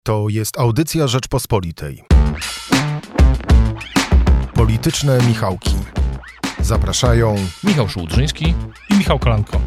To jest audycja Rzeczpospolitej. Polityczne Michałki. Zapraszają Michał Szułdrzyński i Michał Kolanko.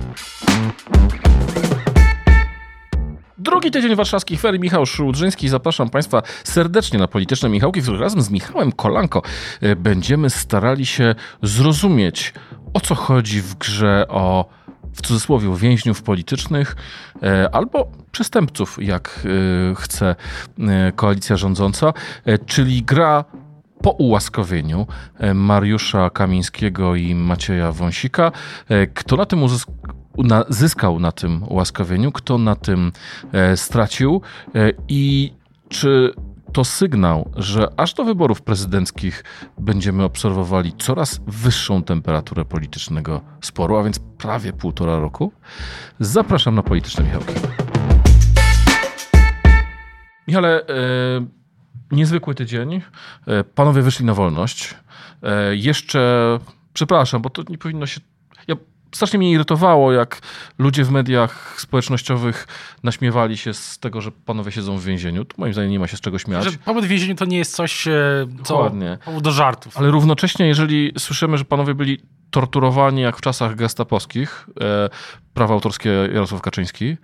Drugi tydzień warszawskich ferii, Michał Szułdrzyński. Zapraszam Państwa serdecznie na Polityczne Michałki, w których razem z Michałem Kolanko będziemy starali się zrozumieć, o co chodzi w grze o, w cudzysłowie, więźniów politycznych albo przestępców, jak chce koalicja rządząca, czyli gra po ułaskawieniu Mariusza Kamińskiego i Macieja Wąsika. Kto na tym zyskał na tym ułaskawieniu, kto na tym stracił i czy to sygnał, że aż do wyborów prezydenckich będziemy obserwowali coraz wyższą temperaturę politycznego sporu, a więc prawie 1,5 roku? Zapraszam na Polityczne Michałki. Michale, niezwykły tydzień. Panowie wyszli na wolność. Jeszcze, przepraszam, bo to nie powinno się... Strasznie mnie irytowało, jak ludzie w mediach społecznościowych naśmiewali się z tego, że panowie siedzą w więzieniu. Tu moim zdaniem nie ma się z czego śmiać. Że pobyt w więzieniu to nie jest coś, co powód do żartów. Ale równocześnie, jeżeli słyszymy, że panowie byli torturowani jak w czasach gestapowskich, prawa autorskie Jarosław Kaczyński,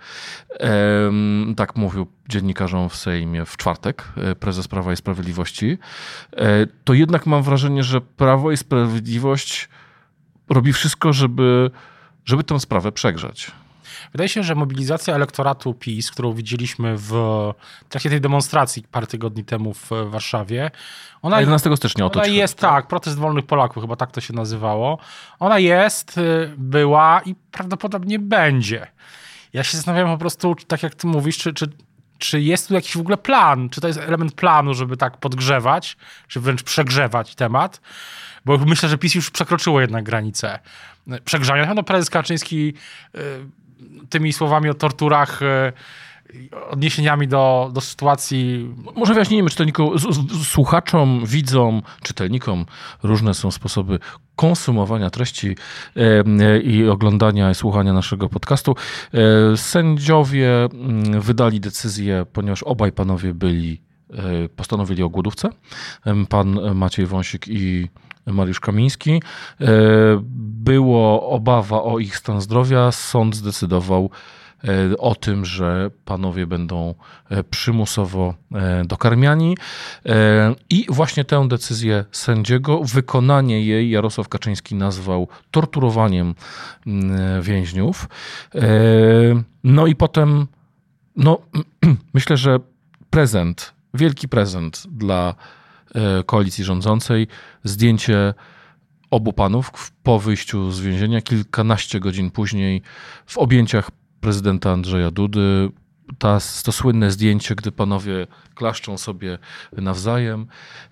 tak mówił dziennikarzom w Sejmie w czwartek, prezes Prawa i Sprawiedliwości, to jednak mam wrażenie, że Prawo i Sprawiedliwość robi wszystko, żeby tę sprawę przegrzać. Wydaje się, że mobilizacja elektoratu PiS, którą widzieliśmy w trakcie tej demonstracji parę tygodni temu w Warszawie, ona 11 stycznia ona jest, tak, protest wolnych Polaków, chyba tak to się nazywało. Ona jest, była i prawdopodobnie będzie. Ja się zastanawiam po prostu, tak jak ty mówisz, czy jest tu jakiś w ogóle plan, czy to jest element planu, żeby tak podgrzewać, czy wręcz przegrzewać temat. Bo myślę, że PiS już przekroczyło jednak granicę przegrzania. No, prezes Kaczyński tymi słowami o torturach, odniesieniami do sytuacji... Może wyjaśnijmy słuchaczom, widzom, czytelnikom. Różne są sposoby konsumowania treści i oglądania i słuchania naszego podcastu. Sędziowie wydali decyzję, ponieważ obaj panowie postanowili o głodówce. Pan Maciej Wąsik i Mariusz Kamiński. Było obawa o ich stan zdrowia. Sąd zdecydował o tym, że panowie będą przymusowo dokarmiani i właśnie tę decyzję sędziego, wykonanie jej Jarosław Kaczyński nazwał torturowaniem więźniów. No i potem myślę, że wielki prezent dla koalicji rządzącej, zdjęcie obu panów po wyjściu z więzienia, kilkanaście godzin później w objęciach prezydenta Andrzeja Dudy. To słynne zdjęcie, gdy panowie klaszczą sobie nawzajem.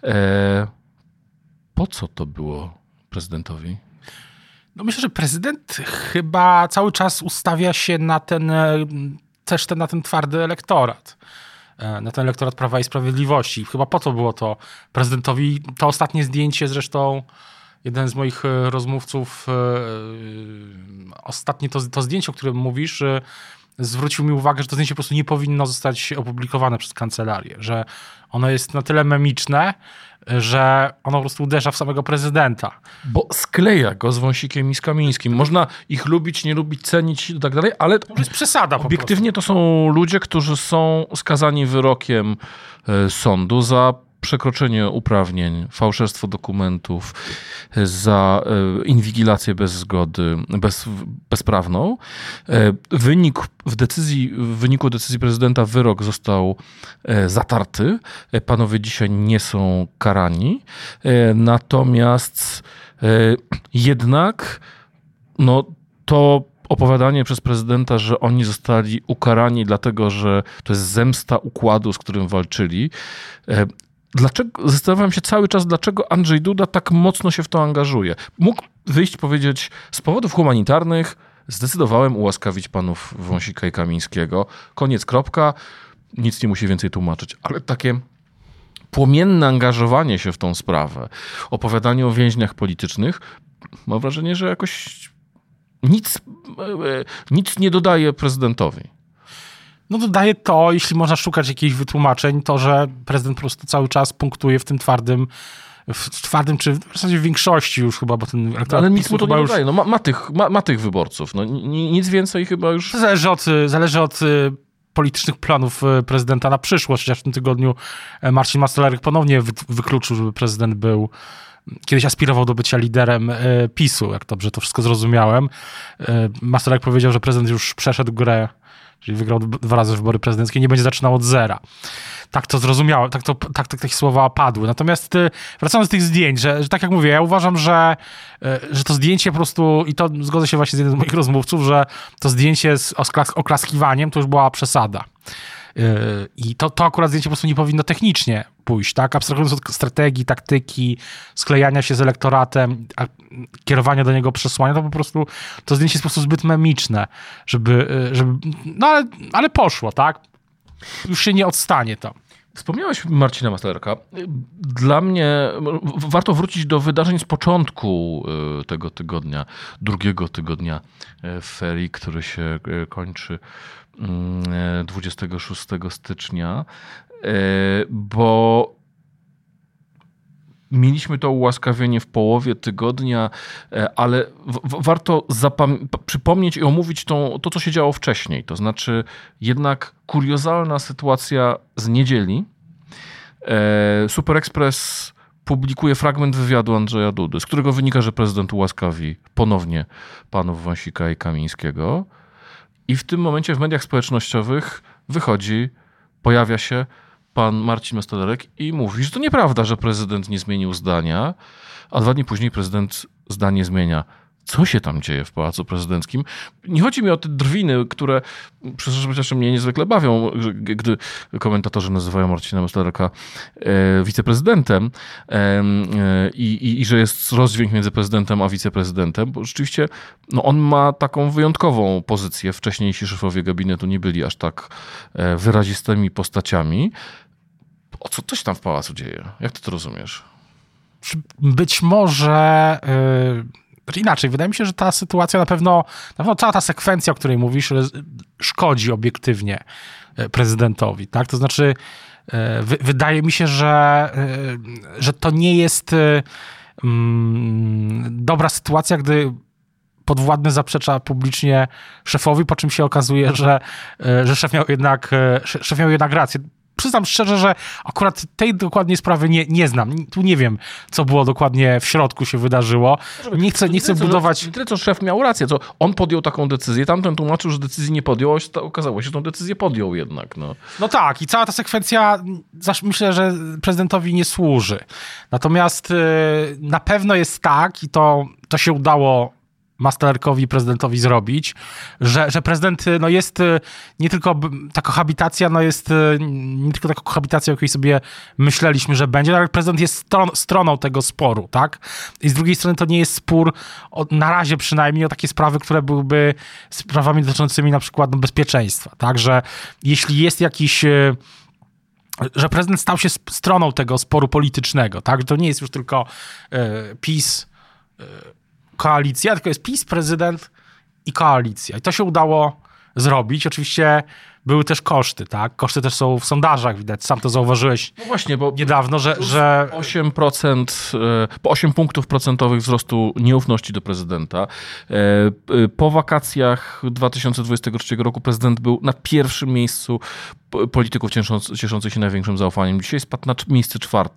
Po co to było prezydentowi? No myślę, że prezydent chyba cały czas ustawia się na ten twardy elektorat. Na ten elektorat Prawa i Sprawiedliwości. Chyba po to było to prezydentowi. To ostatnie zdjęcie zresztą, jeden z moich rozmówców, ostatnie to zdjęcie, o którym mówisz, zwrócił mi uwagę, że to zdjęcie po prostu nie powinno zostać opublikowane przez kancelarię, że ono jest na tyle memiczne, że ono po prostu uderza w samego prezydenta. Bo skleja go z Wąsikiem i z Kamińskim. Można ich lubić, nie lubić, cenić i tak dalej, ale to jest przesada. Obiektywnie to są ludzie, którzy są skazani wyrokiem sądu za przekroczenie uprawnień, fałszerstwo dokumentów, za inwigilację bez zgody, bezprawną. W wyniku decyzji prezydenta wyrok został zatarty. Panowie dzisiaj nie są karani. Natomiast jednak to opowiadanie przez prezydenta, że oni zostali ukarani dlatego, że to jest zemsta układu, z którym walczyli. Zastanawiam się cały czas, dlaczego Andrzej Duda tak mocno się w to angażuje. Mógł wyjść, powiedzieć, z powodów humanitarnych zdecydowałem ułaskawić panów Wąsika i Kamińskiego. Koniec, kropka. Nic nie musi więcej tłumaczyć. Ale takie płomienne angażowanie się w tą sprawę, opowiadanie o więźniach politycznych, mam wrażenie, że jakoś nic nie dodaje prezydentowi. No dodaje to, jeśli można szukać jakichś wytłumaczeń, to, że prezydent po prostu cały czas punktuje w tym twardym, czy w zasadzie w większości już chyba, bo ten elektorat... Ale nic mu to nie już dodaje. No, ma tych wyborców. No, nic więcej chyba już... Zależy od politycznych planów prezydenta na przyszłość. Chociaż w tym tygodniu Marcin Mastalerek ponownie wykluczył, żeby prezydent był... Kiedyś aspirował do bycia liderem PiS-u, jak dobrze to wszystko zrozumiałem. Mastalerek powiedział, że prezydent już przeszedł grę, czyli wygrał 2 razy wybory prezydenckie, nie będzie zaczynał od zera. Tak to zrozumiałem, tak takie słowa padły. Natomiast wracając do tych zdjęć, że tak jak mówię, ja uważam, że to zdjęcie po prostu, i to zgodzę się właśnie z jednym z moich rozmówców, że to zdjęcie z oklaskiwaniem to już była przesada. I to akurat zdjęcie po prostu nie powinno technicznie pójść, tak? Abstrahując od strategii, taktyki, sklejania się z elektoratem, kierowania do niego przesłania, to po prostu to zdjęcie jest po prostu zbyt memiczne, żeby no ale poszło, tak? Już się nie odstanie to. Wspomniałeś Marcina Mastalerka. Dla mnie warto wrócić do wydarzeń z początku tego tygodnia, drugiego tygodnia ferii, który się kończy 26 stycznia, bo mieliśmy to ułaskawienie w połowie tygodnia, ale warto przypomnieć i omówić to, co się działo wcześniej. To znaczy jednak kuriozalna sytuacja z niedzieli. Super Express publikuje fragment wywiadu Andrzeja Dudy, z którego wynika, że prezydent ułaskawi ponownie panów Wąsika i Kamińskiego. I w tym momencie w mediach społecznościowych pojawia się pan Marcin Mastalerek i mówi, że to nieprawda, że prezydent nie zmienił zdania, a 2 dni później prezydent zdanie zmienia. Co się tam dzieje w Pałacu Prezydenckim? Nie chodzi mi o te drwiny, które przecież mnie niezwykle bawią, gdy komentatorzy nazywają Marcina Mastalerka wiceprezydentem i że jest rozdźwięk między prezydentem a wiceprezydentem, bo rzeczywiście on ma taką wyjątkową pozycję. Wcześniejsi szefowie gabinetu nie byli aż tak wyrazistymi postaciami. Co się tam w pałacu dzieje? Jak ty to rozumiesz? Być może... Inaczej, wydaje mi się, że ta sytuacja na pewno cała ta sekwencja, o której mówisz, szkodzi obiektywnie prezydentowi, tak? To znaczy, wydaje mi się, że to nie jest dobra sytuacja, gdy podwładny zaprzecza publicznie szefowi, po czym się okazuje, że szef miał jednak rację. Przyznam szczerze, że akurat tej dokładnie sprawy nie znam. Tu nie wiem, co było dokładnie w środku się wydarzyło. Nie chcę budować... Nie tyle, co szef miał rację, co on podjął taką decyzję, tamten tłumaczył, że decyzji nie podjął, a okazało się, że tą decyzję podjął jednak. No tak, i cała ta sekwencja myślę, że prezydentowi nie służy. Natomiast na pewno jest tak, i to się udało Mastalerkowi i prezydentowi zrobić, że prezydent jest nie tylko ta kohabitacja, jest nie tylko ta kohabitacja, o której sobie myśleliśmy, że będzie, ale prezydent jest stroną tego sporu, tak? I z drugiej strony to nie jest spór, na razie przynajmniej, o takie sprawy, które byłyby sprawami dotyczącymi na przykład bezpieczeństwa, tak? Że jeśli jest jakiś... że prezydent stał się stroną tego sporu politycznego, tak? Że to nie jest już tylko PiS, koalicja, tylko jest PiS, prezydent i koalicja. I to się udało zrobić. Oczywiście były też koszty, tak? Koszty też są w sondażach, widać. Sam to zauważyłeś bo niedawno, że 8 punktów procentowych wzrostu nieufności do prezydenta. Po wakacjach 2023 roku prezydent był na pierwszym miejscu polityków cieszących się największym zaufaniem. Dzisiaj spadł na miejsce 4.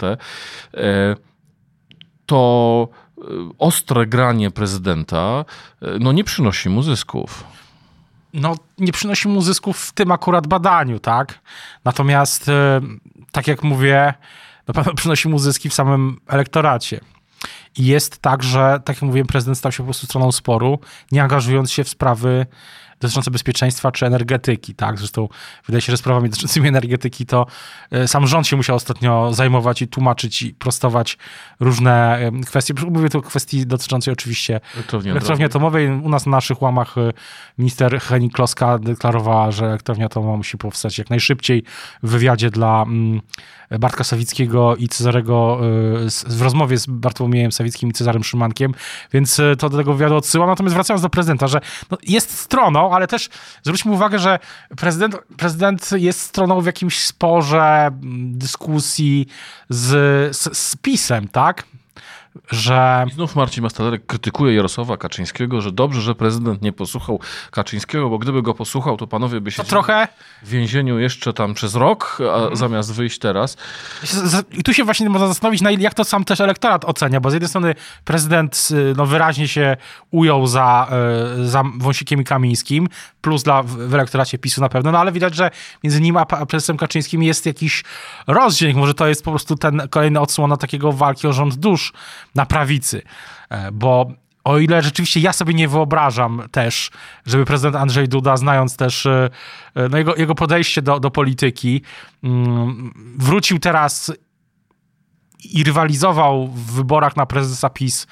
To ostre granie prezydenta nie przynosi mu zysków. Nie przynosi mu zysków w tym akurat badaniu, tak? Natomiast, tak jak mówię, na pewno przynosi mu zyski w samym elektoracie. I jest tak, że, tak jak mówiłem, prezydent stał się po prostu stroną sporu, nie angażując się w sprawy dotyczące bezpieczeństwa czy energetyki, tak? Zresztą wydaje się, że sprawami dotyczącymi energetyki to sam rząd się musiał ostatnio zajmować i tłumaczyć i prostować różne kwestie. Mówię tu o kwestii dotyczącej oczywiście elektrowni atomowej. U nas na naszych łamach minister Henning-Kloska deklarowała, że elektrownia atomowa musi powstać jak najszybciej. W wywiadzie dla Bartka Sawickiego i Cezarego, w rozmowie z Bartłomiejem Sawickim i Cezarym Szymankiem, więc to do tego wywiadu odsyłam. Natomiast wracając do prezydenta, że jest stroną, wybrał, ale też zwróćmy uwagę, że prezydent jest stroną w jakimś sporze, dyskusji z PiS-em, tak? Że... I znów Marcin Mastalerek krytykuje Jarosława Kaczyńskiego, że dobrze, że prezydent nie posłuchał Kaczyńskiego, bo gdyby go posłuchał, to panowie by siedzieli trochę w więzieniu jeszcze tam przez rok, zamiast wyjść teraz. I tu się właśnie można zastanowić, jak to sam też elektorat ocenia, bo z jednej strony prezydent wyraźnie się ujął za Wąsikiem i Kamińskim, plus w elektoracie PiS-u na pewno, ale widać, że między nim a prezesem Kaczyńskim jest jakiś rozdźwięk. Może to jest po prostu ten kolejny odsłona takiego walki o rząd dusz na prawicy, bo o ile rzeczywiście ja sobie nie wyobrażam też, żeby prezydent Andrzej Duda, znając też jego podejście do polityki, wrócił teraz i rywalizował w wyborach na prezesa PiS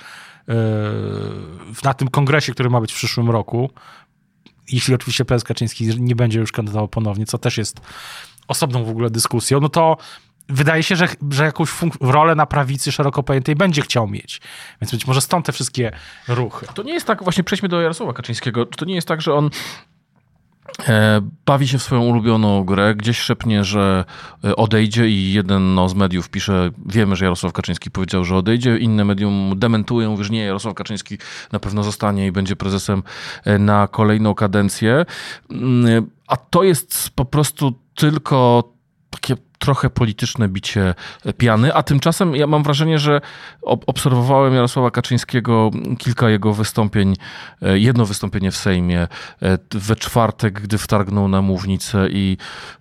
na tym kongresie, który ma być w przyszłym roku, jeśli oczywiście prezes Kaczyński nie będzie już kandydował ponownie, co też jest osobną w ogóle dyskusją, no to wydaje się, że jakąś rolę na prawicy szeroko pojętej będzie chciał mieć. Więc być może stąd te wszystkie ruchy. To nie jest tak, właśnie przejdźmy do Jarosława Kaczyńskiego, to nie jest tak, że on bawi się w swoją ulubioną grę, gdzieś szepnie, że odejdzie i jedno z mediów pisze, wiemy, że Jarosław Kaczyński powiedział, że odejdzie, inne medium dementują, że nie, Jarosław Kaczyński na pewno zostanie i będzie prezesem na kolejną kadencję. A to jest po prostu tylko takie trochę polityczne bicie piany, a tymczasem ja mam wrażenie, że obserwowałem Jarosława Kaczyńskiego, kilka jego wystąpień, jedno wystąpienie w Sejmie we czwartek, gdy wtargnął na mównicę i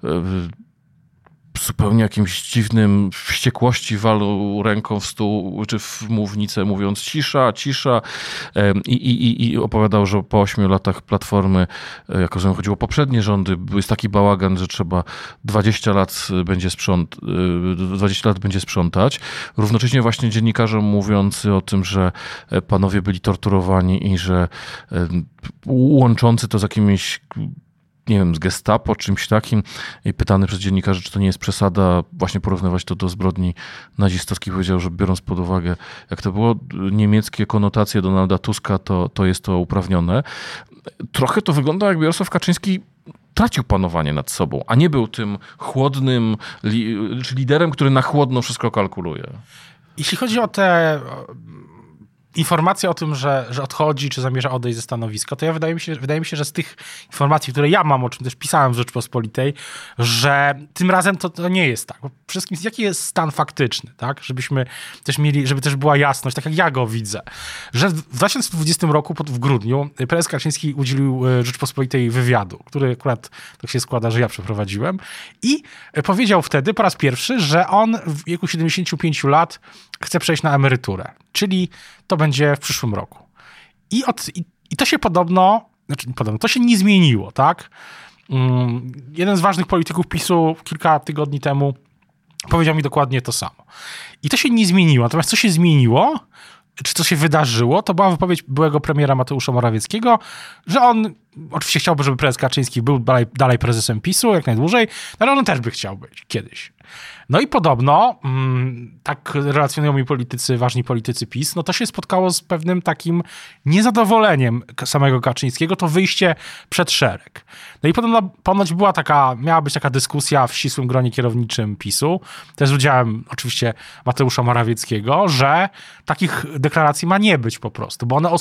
zupełnie jakimś dziwnym wściekłości walł ręką w stół czy w mównicę, mówiąc cisza, cisza i opowiadał, że po 8 latach Platformy, jak rozumiem, chodziło o poprzednie rządy, jest taki bałagan, że trzeba 20 lat będzie sprzątać. Równocześnie właśnie dziennikarzom mówiący o tym, że panowie byli torturowani i że łączący to z jakimiś, nie wiem, z Gestapo, czymś takim, i pytany przez dziennikarzy, czy to nie jest przesada właśnie porównywać to do zbrodni nazistowskich, powiedział, że biorąc pod uwagę, jak to było, niemieckie konotacje Donalda Tuska, to jest to uprawnione. Trochę to wygląda, jakby Jarosław Kaczyński tracił panowanie nad sobą, a nie był tym chłodnym, czy liderem, który na chłodno wszystko kalkuluje. Jeśli chodzi o te informacje o tym, że odchodzi, czy zamierza odejść ze stanowiska, to wydaje mi się, że z tych informacji, które ja mam, o czym też pisałem w Rzeczpospolitej, że tym razem to nie jest tak. Przede wszystkim, jaki jest stan faktyczny, tak? Żebyśmy też mieli, żeby też była jasność, tak jak ja go widzę, że w 2020 roku, w grudniu, prezes Kaczyński udzielił Rzeczpospolitej wywiadu, który akurat tak się składa, że ja przeprowadziłem, i powiedział wtedy po raz pierwszy, że on w wieku 75 lat chce przejść na emeryturę, czyli to będzie w przyszłym roku. I to się to się nie zmieniło, tak? Jeden z ważnych polityków PiS-u kilka tygodni temu powiedział mi dokładnie to samo. I to się nie zmieniło. Natomiast co się zmieniło, czy co się wydarzyło, to była wypowiedź byłego premiera Mateusza Morawieckiego, że on oczywiście chciałby, żeby prezes Kaczyński był dalej prezesem PiS-u jak najdłużej, ale on też by chciał być kiedyś. No i podobno, tak relacjonują mi ważni politycy PiS, no to się spotkało z pewnym takim niezadowoleniem samego Kaczyńskiego, to wyjście przed szereg. No i ponoć miała być taka dyskusja w ścisłym gronie kierowniczym PiS-u, też z udziałem oczywiście Mateusza Morawieckiego, że takich deklaracji ma nie być po prostu, bo one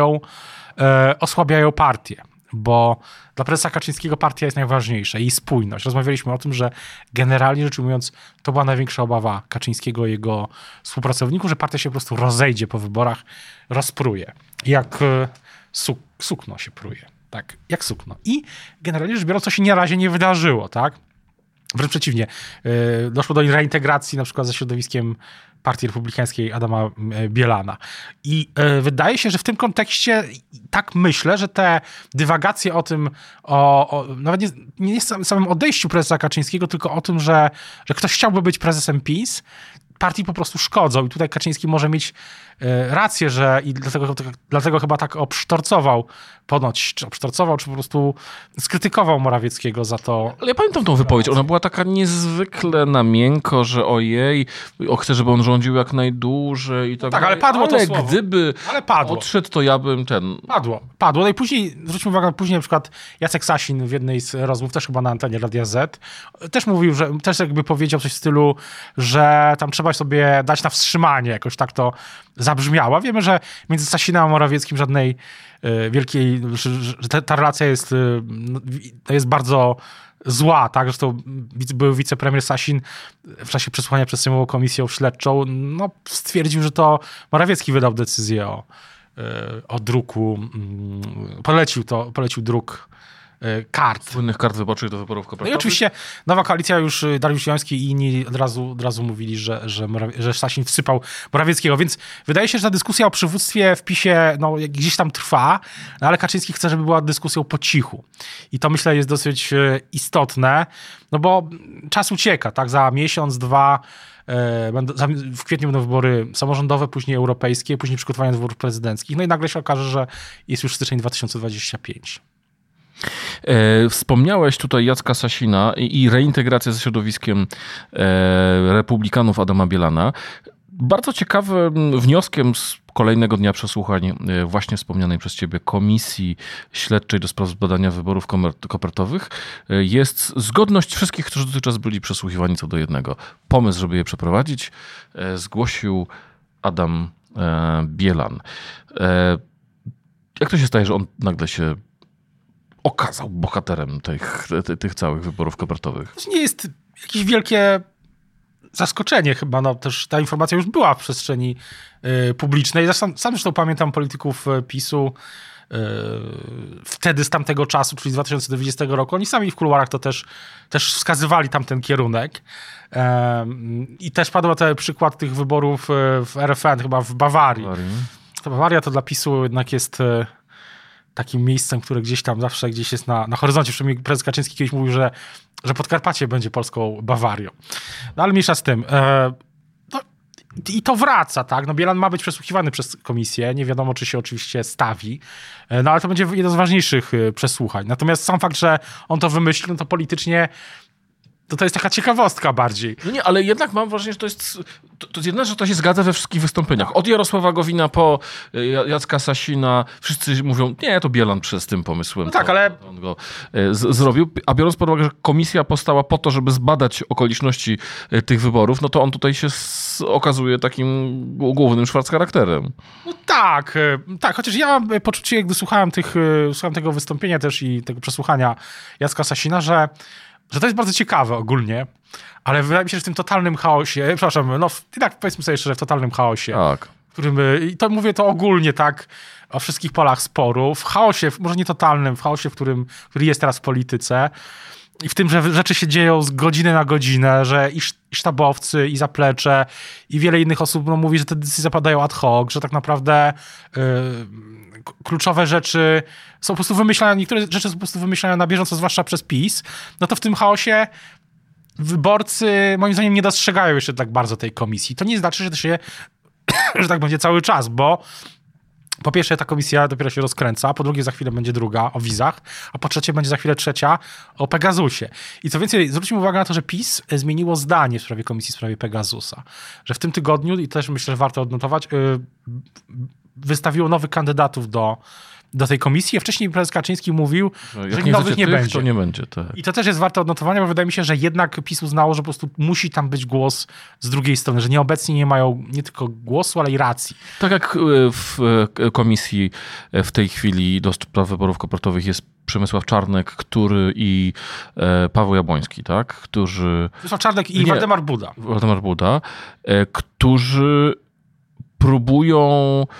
osłabiają partię. Bo dla prezesa Kaczyńskiego partia jest najważniejsza i spójność. Rozmawialiśmy o tym, że generalnie rzecz ujmując, to była największa obawa Kaczyńskiego i jego współpracowników, że partia się po prostu rozejdzie po wyborach, rozpruje. Jak sukno się pruje. Tak, jak sukno. I generalnie rzecz biorąc, to się na razie nie wydarzyło, tak? Wręcz przeciwnie. Doszło do reintegracji na przykład ze środowiskiem Partii Republikańskiej Adama Bielana. I wydaje się, że w tym kontekście tak myślę, że te dywagacje o tym, nawet nie jest samym odejściu prezesa Kaczyńskiego, tylko o tym, że ktoś chciałby być prezesem PiS, partii po prostu szkodzą. I tutaj Kaczyński może mieć rację, że i dlatego chyba tak obsztorcował, czy po prostu skrytykował Morawieckiego za to. Ale ja pamiętam tą wypowiedź, ona była taka niezwykle na miękko, że ojej, chcę, żeby on rządził jak najdłużej i tak tak, ale padło to słowo. Gdyby padło. odszedł, to ja bym Padło. No i później, zwróćmy uwagę, na przykład Jacek Sasin w jednej z rozmów, też chyba na antenie Radia Z, też mówił, że też jakby powiedział coś w stylu, że tam trzeba sobie dać na wstrzymanie, jakoś tak to zabrzmiało. Wiemy, że między Sasinem a Morawieckim żadnej wielkiej, że ta relacja jest bardzo zła, tak? Zresztą był wicepremier Sasin w czasie przesłuchania przez Sejmową Komisją Śledczą, no, stwierdził, że to Morawiecki wydał decyzję o druku, polecił druk kart. Słynnych kart wyborczych do wyborów kopertowych. No i oczywiście nowa koalicja, już Dariusz Joński i inni od razu mówili, że Sasin wsypał Morawieckiego, więc wydaje się, że ta dyskusja o przywództwie w PiS-ie gdzieś tam trwa, no ale Kaczyński chce, żeby była dyskusją po cichu. I to, myślę, jest dosyć istotne, no bo czas ucieka, tak? Za miesiąc, dwa w kwietniu będą wybory samorządowe, później europejskie, później przygotowania do wyborów prezydenckich. No i nagle się okaże, że jest już styczeń 2025. Wspomniałeś tutaj Jacka Sasina i reintegrację ze środowiskiem republikanów Adama Bielana. Bardzo ciekawym wnioskiem z kolejnego dnia przesłuchań właśnie wspomnianej przez ciebie Komisji Śledczej do spraw badania wyborów kopertowych jest zgodność wszystkich, którzy dotychczas byli przesłuchiwani co do jednego. Pomysł, żeby je przeprowadzić, zgłosił Adam Bielan. Jak to się staje, że on nagle się okazał bohaterem tych całych wyborów kopertowych? To nie jest jakieś wielkie zaskoczenie chyba. No, też ta informacja już była w przestrzeni publicznej. Sam zresztą pamiętam polityków PiS-u wtedy z tamtego czasu, czyli z 2020 roku. Oni sami w kuluarach to też wskazywali tamten kierunek. I też padł ten przykład tych wyborów w RFN, chyba w Bawarii. Ta Bawaria to dla PiS-u jednak jest takim miejscem, które gdzieś tam zawsze gdzieś jest na horyzoncie. Przynajmniej prezes Kaczyński kiedyś mówił, że Podkarpacie będzie polską Bawarią. No ale mniejsza z tym. I to wraca, tak? No Bielan ma być przesłuchiwany przez komisję. Nie wiadomo, czy się oczywiście stawi. No ale to będzie jedno z ważniejszych przesłuchań. Natomiast sam fakt, że on to wymyślił, no to politycznie to jest taka ciekawostka bardziej. No nie, ale jednak mam wrażenie, że to jest jedna, że to się zgadza we wszystkich wystąpieniach. Od Jarosława Gowina po Jacka Sasina wszyscy mówią, nie, to Bielan przez tym pomysłem. No tak, ale on go zrobił. A biorąc pod uwagę, że komisja powstała po to, żeby zbadać okoliczności tych wyborów, no to on tutaj się okazuje takim głównym szwarccharakterem. No tak, chociaż ja mam poczucie, gdy słuchałem tego wystąpienia też i tego przesłuchania Jacka Sasina, że to jest bardzo ciekawe ogólnie, ale wydaje mi się, że w tym totalnym chaosie, jednak powiedzmy sobie szczerze, w totalnym chaosie, tak, w którym, i to mówię to ogólnie, tak, o wszystkich polach sporu, w chaosie, może nie totalnym, w chaosie, który jest teraz w polityce i w tym, że rzeczy się dzieją z godziny na godzinę, że i sztabowcy, i zaplecze, i wiele innych osób mówi, że te decyzje zapadają ad hoc, że tak naprawdę kluczowe rzeczy są po prostu wymyślane, niektóre rzeczy są po prostu wymyślane na bieżąco, zwłaszcza przez PiS, no to w tym chaosie wyborcy moim zdaniem nie dostrzegają jeszcze tak bardzo tej komisji. To nie znaczy, że to się, że tak będzie cały czas, bo po pierwsze ta komisja dopiero się rozkręca, po drugie za chwilę będzie druga o wizach, a po trzecie będzie za chwilę trzecia o Pegasusie. I co więcej, zwróćmy uwagę na to, że PiS zmieniło zdanie w sprawie komisji w sprawie Pegasusa. Że w tym tygodniu, i też myślę, że warto odnotować, wystawiło nowych kandydatów do tej komisji, a wcześniej prezes Kaczyński mówił, że nowych nie będzie. To nie będzie. Tak. I to też jest warte odnotowania, bo wydaje mi się, że jednak PiS uznało, że po prostu musi tam być głos z drugiej strony, że nieobecni nie mają nie tylko głosu, ale i racji. Tak jak w komisji w tej chwili do spraw wyborów kopertowych jest Przemysław Czarnek, i Paweł Jabłoński, tak? Przemysław Czarnek i Waldemar Buda, którzy próbują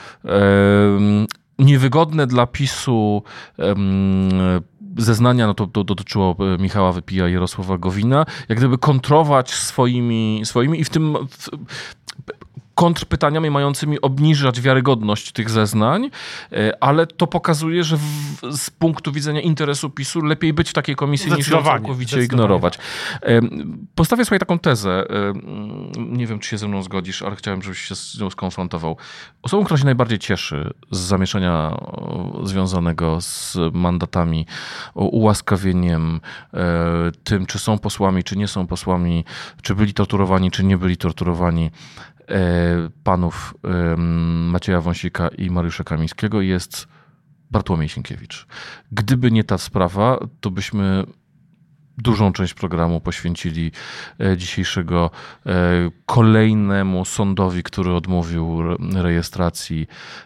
niewygodne dla PiS-u zeznania, no to dotyczyło Michała Wypija i Jarosława Gowina, jak gdyby kontrować swoimi i w tym kontrpytaniami mającymi obniżać wiarygodność tych zeznań, ale to pokazuje, że z punktu widzenia interesu PiS-u lepiej być w takiej komisji niż ją całkowicie ignorować. Postawię sobie taką tezę. Nie wiem, czy się ze mną zgodzisz, ale chciałem, żebyś się z nią skonfrontował. Osobą, która się najbardziej cieszy z zamieszania związanego z mandatami, ułaskawieniem, tym, czy są posłami, czy nie są posłami, czy byli torturowani, czy nie byli torturowani, panów Macieja Wąsika i Mariusza Kamińskiego, jest Bartłomiej Sienkiewicz. Gdyby nie ta sprawa, to byśmy dużą część programu poświęcili dzisiejszego kolejnemu sądowi, który odmówił rejestracji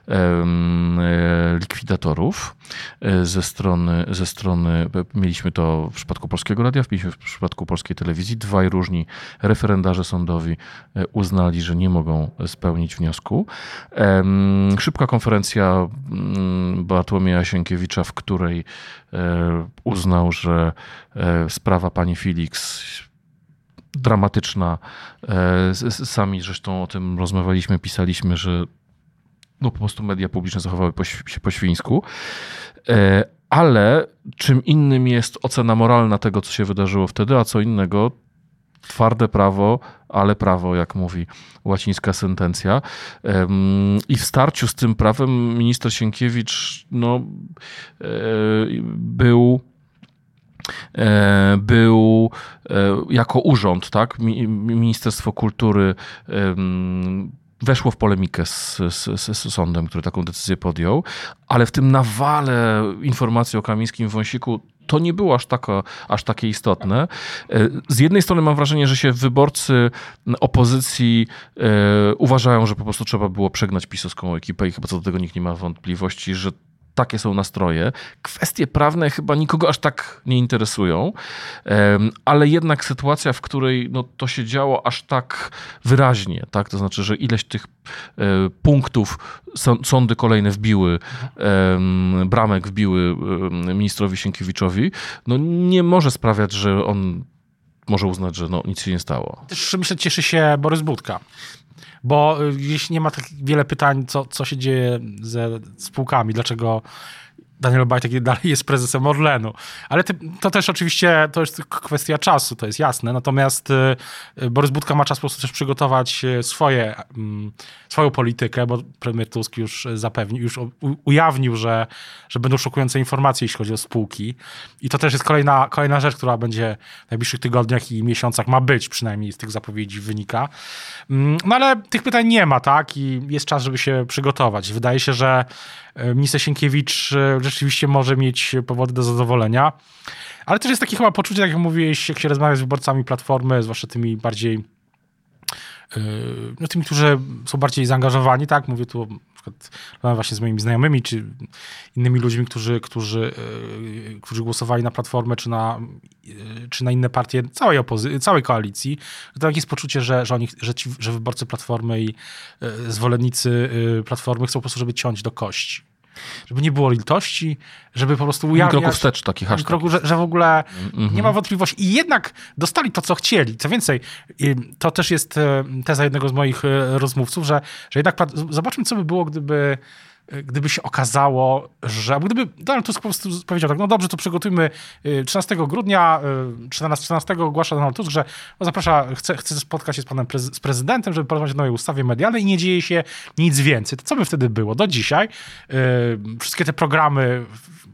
likwidatorów ze strony, mieliśmy to w przypadku Polskiego Radia, mieliśmy w przypadku Polskiej Telewizji. Dwaj różni referendarze sądowi uznali, że nie mogą spełnić wniosku. Szybka konferencja Bartłomieja Sienkiewicza, w której uznał, że sprawa pani Felix dramatyczna. Sami zresztą o tym rozmawialiśmy, pisaliśmy, że no po prostu media publiczne zachowały się po świńsku. Ale czym innym jest ocena moralna tego, co się wydarzyło wtedy, a co innego twarde prawo, ale prawo, jak mówi łacińska sentencja. I w starciu z tym prawem minister Sienkiewicz był jako urząd, tak? Ministerstwo Kultury weszło w polemikę z sądem, który taką decyzję podjął, ale w tym nawale informacji o Kamińskim Wąsiku to nie było aż takie istotne. Z jednej strony mam wrażenie, że się wyborcy opozycji uważają, że po prostu trzeba było przegnać pisowską ekipę i chyba co do tego nikt nie ma wątpliwości, że takie są nastroje. Kwestie prawne chyba nikogo aż tak nie interesują, ale jednak sytuacja, w której to się działo aż tak wyraźnie, tak? To znaczy, że ileś tych punktów sądy kolejne wbiły, bramek wbiły ministrowi Sienkiewiczowi, nie może sprawiać, że on może uznać, że nic się nie stało. Też myślę, cieszy się Borys Budka. Bo jeśli nie ma tak wiele pytań, co się dzieje ze spółkami, dlaczego Daniel Obajtek dalej jest prezesem Orlenu. Ale to też oczywiście to jest kwestia czasu, to jest jasne. Natomiast Borys Budka ma czas po prostu też przygotować swoją politykę, bo premier Tusk już ujawnił, że będą szokujące informacje, jeśli chodzi o spółki. I to też jest kolejna rzecz, która będzie w najbliższych tygodniach i miesiącach ma być, przynajmniej z tych zapowiedzi wynika. No ale tych pytań nie ma, tak? I jest czas, żeby się przygotować. Wydaje się, że minister Sienkiewicz rzeczywiście może mieć powody do zadowolenia. Ale też jest takie chyba poczucie, tak jak mówiłeś, jak się rozmawia z wyborcami Platformy, zwłaszcza tymi bardziej tymi, którzy są bardziej zaangażowani, tak? Mówię tu na przykład właśnie z moimi znajomymi, czy innymi ludźmi, którzy głosowali na Platformę, czy na inne partie całej koalicji. To jest poczucie, że wyborcy Platformy i zwolennicy Platformy chcą po prostu, żeby ciąć do kości. Żeby nie było litości, żeby po prostu ujawniać... Kroku wstecz, taki hashtag. Że w ogóle nie ma wątpliwości. I jednak dostali to, co chcieli. Co więcej, to też jest teza jednego z moich rozmówców, że jednak zobaczmy, co by było, gdyby się okazało, że gdyby Donald Tusk po prostu powiedział tak, no dobrze, to przygotujmy 13 grudnia, 14 ogłasza Donald Tusk, że chce spotkać się z prezydentem, żeby porozmawiać o nowej ustawie medialnej i nie dzieje się nic więcej. To co by wtedy było? Do dzisiaj wszystkie te programy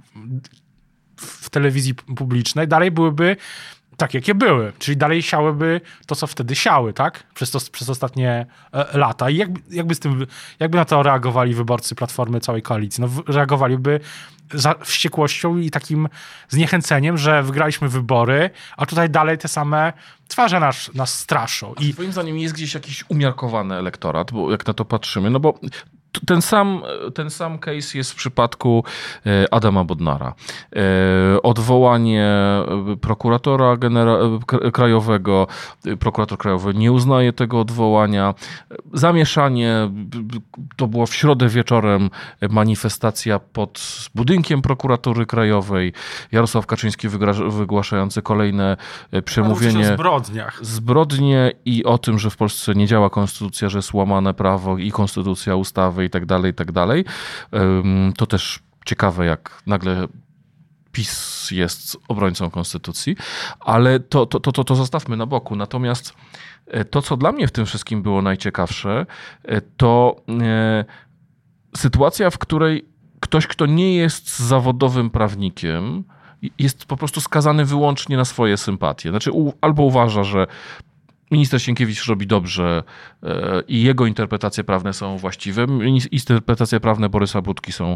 w telewizji publicznej dalej byłyby tak, jakie były. Czyli dalej siałyby to, co wtedy siały, tak? Przez ostatnie lata. I jakby na to reagowali wyborcy Platformy całej koalicji? Reagowaliby wściekłością i takim zniechęceniem, że wygraliśmy wybory, a tutaj dalej te same twarze nas straszą. I moim zdaniem jest gdzieś jakiś umiarkowany elektorat, bo jak na to patrzymy, bo Ten sam case jest w przypadku Adama Bodnara. Odwołanie prokuratora krajowego, prokurator krajowy nie uznaje tego odwołania. Zamieszanie, to było w środę wieczorem manifestacja pod budynkiem prokuratury krajowej. Jarosław Kaczyński wygłaszający kolejne przemówienie. O zbrodniach. Zbrodnie i o tym, że w Polsce nie działa konstytucja, że jest łamane prawo i konstytucja, ustawy i tak dalej, i tak dalej. To też ciekawe, jak nagle PiS jest obrońcą konstytucji, ale to zostawmy na boku. Natomiast to, co dla mnie w tym wszystkim było najciekawsze, to sytuacja, w której ktoś, kto nie jest zawodowym prawnikiem, jest po prostu skazany wyłącznie na swoje sympatie. Znaczy albo uważa, że minister Sienkiewicz robi dobrze i jego interpretacje prawne są właściwe. Interpretacje prawne Borysa Budki są,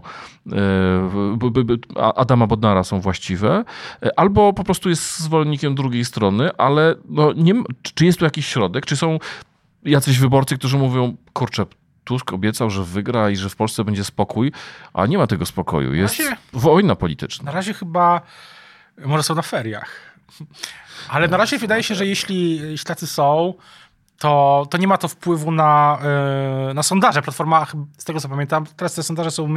Adama Bodnara są właściwe. Albo po prostu jest zwolennikiem drugiej strony, ale czy jest tu jakiś środek? Czy są jacyś wyborcy, którzy mówią, kurczę, Tusk obiecał, że wygra i że w Polsce będzie spokój, a nie ma tego spokoju. Jest wojna polityczna. Na razie chyba może są na feriach. Ale na razie wydaje się, że jeśli tacy są, to nie ma to wpływu na sondaże. Platforma, z tego co pamiętam, teraz te sondaże są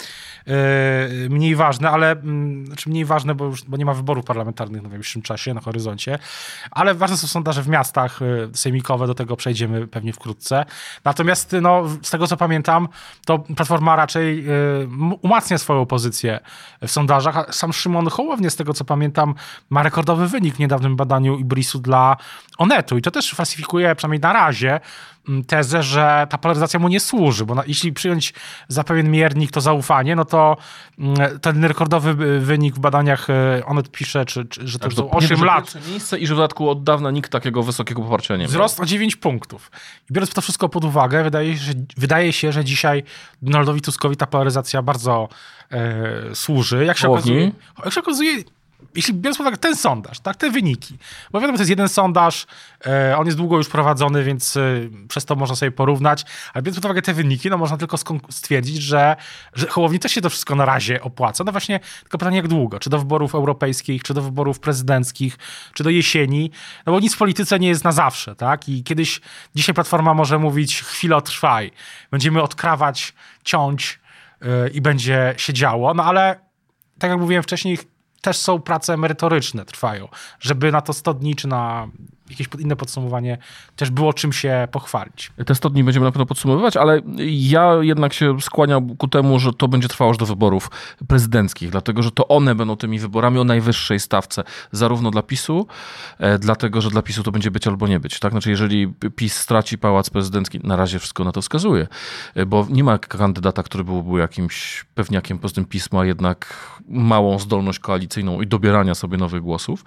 mniej ważne, ale znaczy mniej ważne, bo nie ma wyborów parlamentarnych na najbliższym czasie, na horyzoncie, ale ważne są sondaże w miastach sejmikowe, do tego przejdziemy pewnie wkrótce. Natomiast z tego co pamiętam, to Platforma raczej umacnia swoją pozycję w sondażach, a sam Szymon Hołownia, z tego co pamiętam, ma rekordowy wynik w niedawnym badaniu Ibrisu dla Onetu i to też falsyfikuje, przynajmniej na razie, tezę, że ta polaryzacja mu nie służy, bo jeśli przyjąć za pewien miernik to zaufanie, no to ten rekordowy wynik w badaniach Onet pisze, że to są 8 lat. Miejsce i że w dodatku od dawna nikt takiego wysokiego poparcia nie miał. Wzrost o 9 punktów. I biorąc to wszystko pod uwagę, wydaje się, że dzisiaj Donaldowi Tuskowi ta polaryzacja bardzo służy. Jak się okazuje, jeśli biorąc pod uwagę ten sondaż, tak, te wyniki, bo wiadomo, to jest jeden sondaż, on jest długo już prowadzony, więc przez to można sobie porównać, ale biorąc pod uwagę te wyniki, można tylko stwierdzić, że Hołowni też się to wszystko na razie opłaca. No właśnie, tylko pytanie jak długo? Czy do wyborów europejskich, czy do wyborów prezydenckich, czy do jesieni? No bo nic w polityce nie jest na zawsze, tak? I dzisiaj Platforma może mówić chwilę otrwaj, będziemy odkrawać, ciąć i będzie się działo, no ale tak jak mówiłem wcześniej, też są prace merytoryczne, trwają, żeby na to 100 dni, czy na jakieś inne podsumowanie też było czym się pochwalić. Te 100 dni będziemy na pewno podsumowywać, ale ja jednak się skłaniam ku temu, że to będzie trwało aż do wyborów prezydenckich, dlatego, że to one będą tymi wyborami o najwyższej stawce, zarówno dla PiS-u, dlatego, że dla PiS-u to będzie być albo nie być. Tak? Znaczy, jeżeli PiS straci pałac prezydencki, na razie wszystko na to wskazuje, bo nie ma kandydata, który byłby jakimś pewniakiem, poza tym PiS ma jednak małą zdolność koalicyjną i dobierania sobie nowych głosów.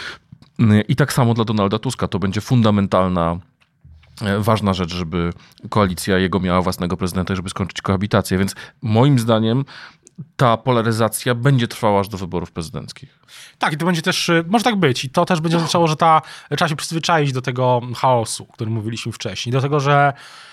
I tak samo dla Donalda Tuska. To będzie fundamentalna, ważna rzecz, żeby koalicja jego miała własnego prezydenta i żeby skończyć kohabitację. Więc moim zdaniem ta polaryzacja będzie trwała aż do wyborów prezydenckich. Tak, i to będzie też, może tak być. I to też będzie oznaczało, że trzeba się przyzwyczaić do tego chaosu, o którym mówiliśmy wcześniej. Do tego, że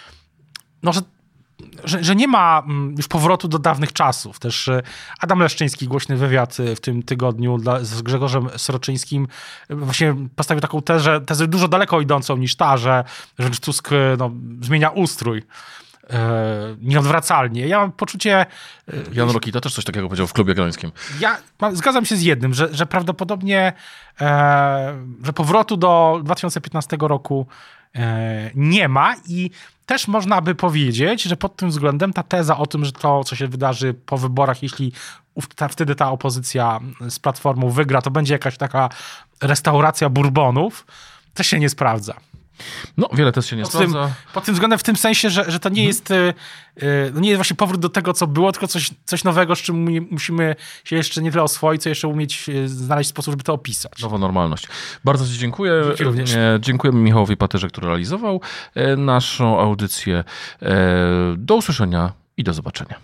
nie ma już powrotu do dawnych czasów. Też Adam Leszczyński, głośny wywiad w tym tygodniu z Grzegorzem Sroczyńskim, właśnie postawił taką tezę dużo daleko idącą niż ta, że Tusk zmienia ustrój nieodwracalnie. Ja mam poczucie... Jan Rokita też coś takiego powiedział w Klubie Jagiellońskim. Ja zgadzam się z jednym, że prawdopodobnie że powrotu do 2015 roku nie ma i też można by powiedzieć, że pod tym względem ta teza o tym, że to, co się wydarzy po wyborach, jeśli wtedy ta opozycja z Platformą wygra, to będzie jakaś taka restauracja Bourbonów, też się nie sprawdza. No, wiele też się nie sprawdza. Pod tym względem w tym sensie, że to nie jest nie jest właśnie powrót do tego, co było, tylko coś nowego, z czym musimy się jeszcze nie tyle oswoić, co jeszcze umieć znaleźć sposób, żeby to opisać. Nowa normalność. Bardzo Ci dziękuję. Dziękujemy Michałowi Patyrze, który realizował naszą audycję. Do usłyszenia i do zobaczenia.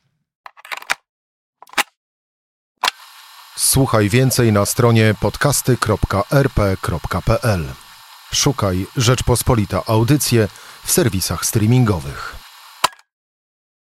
Słuchaj więcej na stronie podcasty.rp.pl. Szukaj Rzeczpospolita Audycje w serwisach streamingowych.